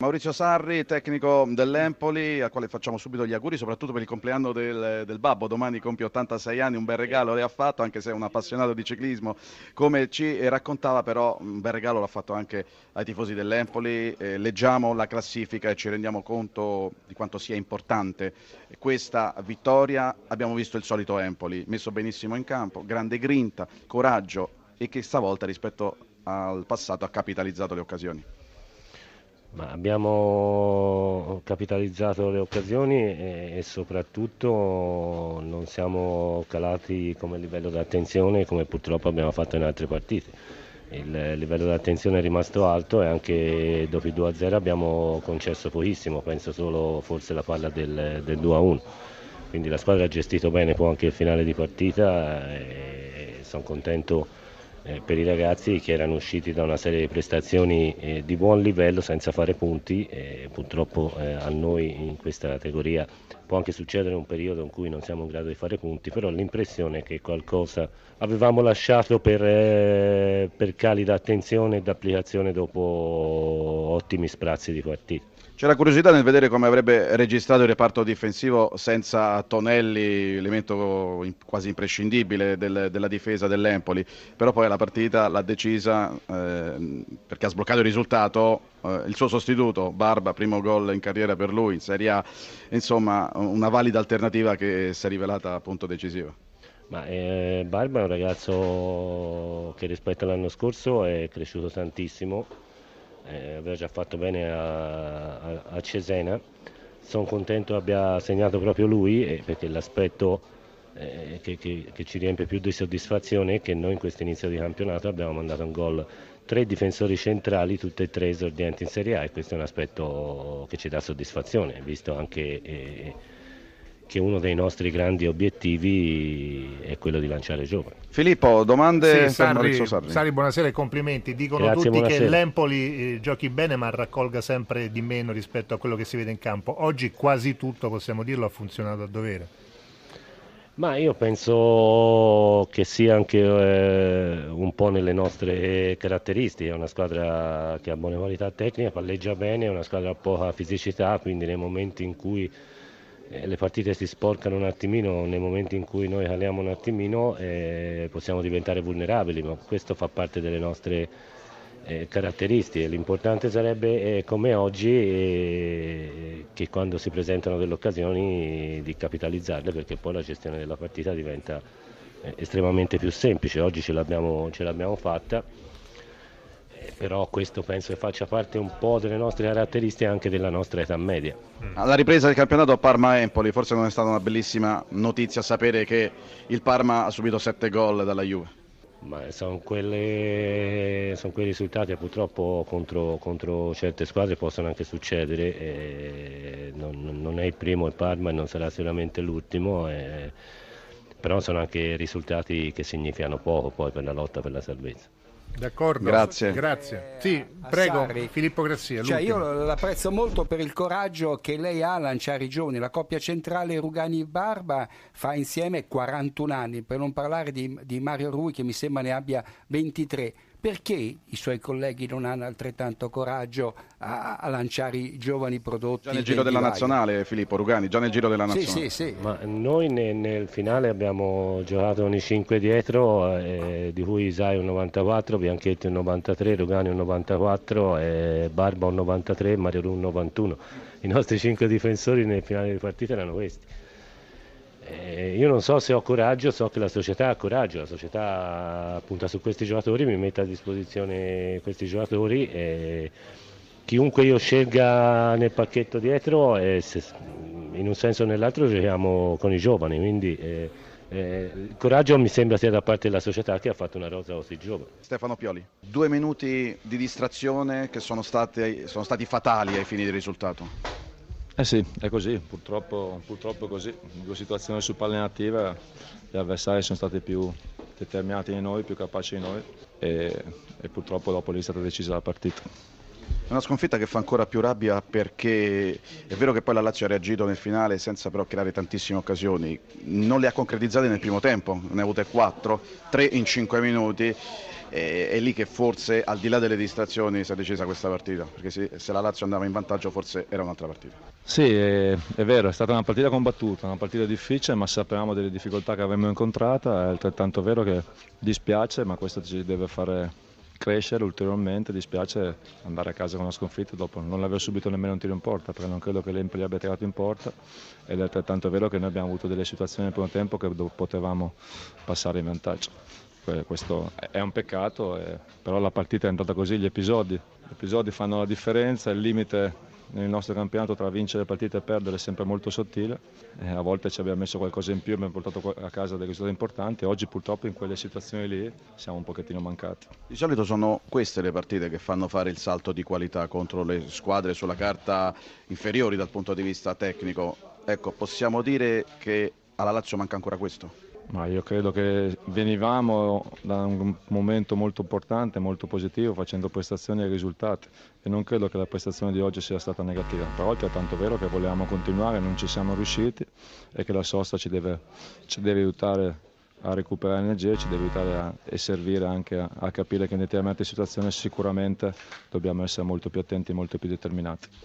Maurizio Sarri, tecnico dell'Empoli, al quale facciamo subito gli auguri, soprattutto per il compleanno del babbo. Domani compie 86 anni, un bel regalo le ha fatto, anche se è un appassionato di ciclismo, come ci raccontava, però un bel regalo l'ha fatto anche ai tifosi dell'Empoli. Leggiamo la classifica e ci rendiamo conto di quanto sia importante questa vittoria. Abbiamo visto il solito Empoli, messo benissimo in campo, grande grinta, coraggio e che stavolta rispetto al passato ha capitalizzato le occasioni. Ma abbiamo capitalizzato le occasioni e soprattutto non siamo calati come livello di attenzione come purtroppo abbiamo fatto in altre partite. Il livello di attenzione è rimasto alto e anche dopo il 2-0 abbiamo concesso pochissimo, penso solo forse la palla del 2-1. Quindi la squadra ha gestito bene poi anche il finale di partita e sono contento per i ragazzi che erano usciti da una serie di prestazioni di buon livello senza fare punti. Purtroppo a noi in questa categoria può anche succedere un periodo in cui non siamo in grado di fare punti, però l'impressione è che qualcosa avevamo lasciato per cali d'attenzione e d'applicazione dopo ottimi sprazzi di partita. C'è la curiosità nel vedere come avrebbe registrato il reparto difensivo senza Tonelli, elemento quasi imprescindibile della difesa dell'Empoli, però poi la partita l'ha decisa perché ha sbloccato il risultato il suo sostituto, Barba, primo gol in carriera per lui in Serie A, insomma una valida alternativa che si è rivelata appunto decisiva. Barba è un ragazzo che rispetto all'anno scorso è cresciuto tantissimo. Aveva già fatto bene a Cesena. Sono contento abbia segnato proprio lui perché l'aspetto che ci riempie più di soddisfazione è che noi in questo inizio di campionato abbiamo mandato un gol 3 difensori centrali, tutti e 3 esordienti in Serie A, e questo è un aspetto che ci dà soddisfazione, visto anche che uno dei nostri grandi obiettivi è quello di lanciare giovani. Filippo, domande sì, per Maurizio Sarri. Sarri, buonasera e complimenti. Dicono Grazie, tutti buonasera. che l'Empoli giochi bene ma raccolga sempre di meno rispetto a quello che si vede in campo. Oggi quasi tutto, possiamo dirlo, ha funzionato a dovere. Ma io penso che sia anche un po' nelle nostre caratteristiche. È una squadra che ha buone qualità tecniche, palleggia bene, è una squadra a poca fisicità, quindi nei momenti in cui le partite si sporcano un attimino, nei momenti in cui noi caliamo un attimino possiamo diventare vulnerabili, ma questo fa parte delle nostre caratteristiche. L'importante sarebbe come oggi che quando si presentano delle occasioni di capitalizzarle, perché poi la gestione della partita diventa estremamente più semplice. Oggi ce l'abbiamo fatta. Però questo penso che faccia parte un po' delle nostre caratteristiche e anche della nostra età media. Alla ripresa del campionato Parma-Empoli, forse non è stata una bellissima notizia sapere che il Parma ha subito 7 gol dalla Juve. Ma sono quei risultati che purtroppo contro certe squadre possono anche succedere. Non è il primo il Parma e non sarà sicuramente l'ultimo, però sono anche risultati che significano poco poi per la lotta per la salvezza. D'accordo, grazie. Sì, prego, Sarri. Filippo Grassia. Cioè, io l'apprezzo molto per il coraggio che lei ha a lanciare i giovani. La coppia centrale Rugani-Barba fa insieme 41 anni, per non parlare di Mario Rui che mi sembra ne abbia 23. Perché i suoi colleghi non hanno altrettanto coraggio a lanciare i giovani prodotti? Già nel giro della nazionale, Filippo Rugani, già nel giro della nazionale. Sì. Ma noi nel finale abbiamo giocato con i 5 dietro, di cui Isai un 94, Bianchetti un 93, Rugani un 94, Barba un 93 e Mario Rui un 91. I nostri 5 difensori nel finale di partita erano questi. Io non so se ho coraggio, so che la società ha coraggio, la società punta su questi giocatori, mi mette a disposizione questi giocatori e chiunque io scelga nel pacchetto dietro, in un senso o nell'altro giochiamo con i giovani, quindi il coraggio mi sembra sia da parte della società che ha fatto una rosa così giovane. Stefano Pioli, 2 minuti di distrazione che sono stati fatali ai fini del risultato. Sì, è così, purtroppo è così. In 2 situazioni su palla inattiva gli avversari sono stati più determinati di noi, più capaci di noi e purtroppo dopo lì è stata decisa la partita. È una sconfitta che fa ancora più rabbia perché è vero che poi la Lazio ha reagito nel finale senza però creare tantissime occasioni, non le ha concretizzate nel primo tempo, ne ha avute 4, 3 in 5 minuti, è lì che forse al di là delle distrazioni si è decisa questa partita, perché se la Lazio andava in vantaggio forse era un'altra partita. Sì, è vero, è stata una partita combattuta, una partita difficile, ma sapevamo delle difficoltà che avremmo incontrato, è altrettanto vero che dispiace, ma questo ci deve fare crescere ulteriormente, dispiace andare a casa con una sconfitta dopo non aver subito nemmeno un tiro in porta, perché non credo che l'Empoli abbia tirato in porta, ed è altrettanto vero che noi abbiamo avuto delle situazioni nel primo tempo che potevamo passare in vantaggio. Questo è un peccato, però la partita è andata così, gli episodi fanno la differenza, il limite nel nostro campionato tra vincere partite e perdere è sempre molto sottile, a volte ci abbiamo messo qualcosa in più e abbiamo portato a casa dei risultati importanti, oggi purtroppo in quelle situazioni lì siamo un pochettino mancati. Di solito sono queste le partite che fanno fare il salto di qualità contro le squadre sulla carta inferiori dal punto di vista tecnico. Ecco, possiamo dire che alla Lazio manca ancora questo? Ma io credo che venivamo da un momento molto importante, molto positivo, facendo prestazioni e risultati, e non credo che la prestazione di oggi sia stata negativa, però è tanto vero che volevamo continuare, non ci siamo riusciti e che la sosta ci deve aiutare a recuperare energie, ci deve aiutare e servire anche a capire che in determinate situazioni sicuramente dobbiamo essere molto più attenti e molto più determinati.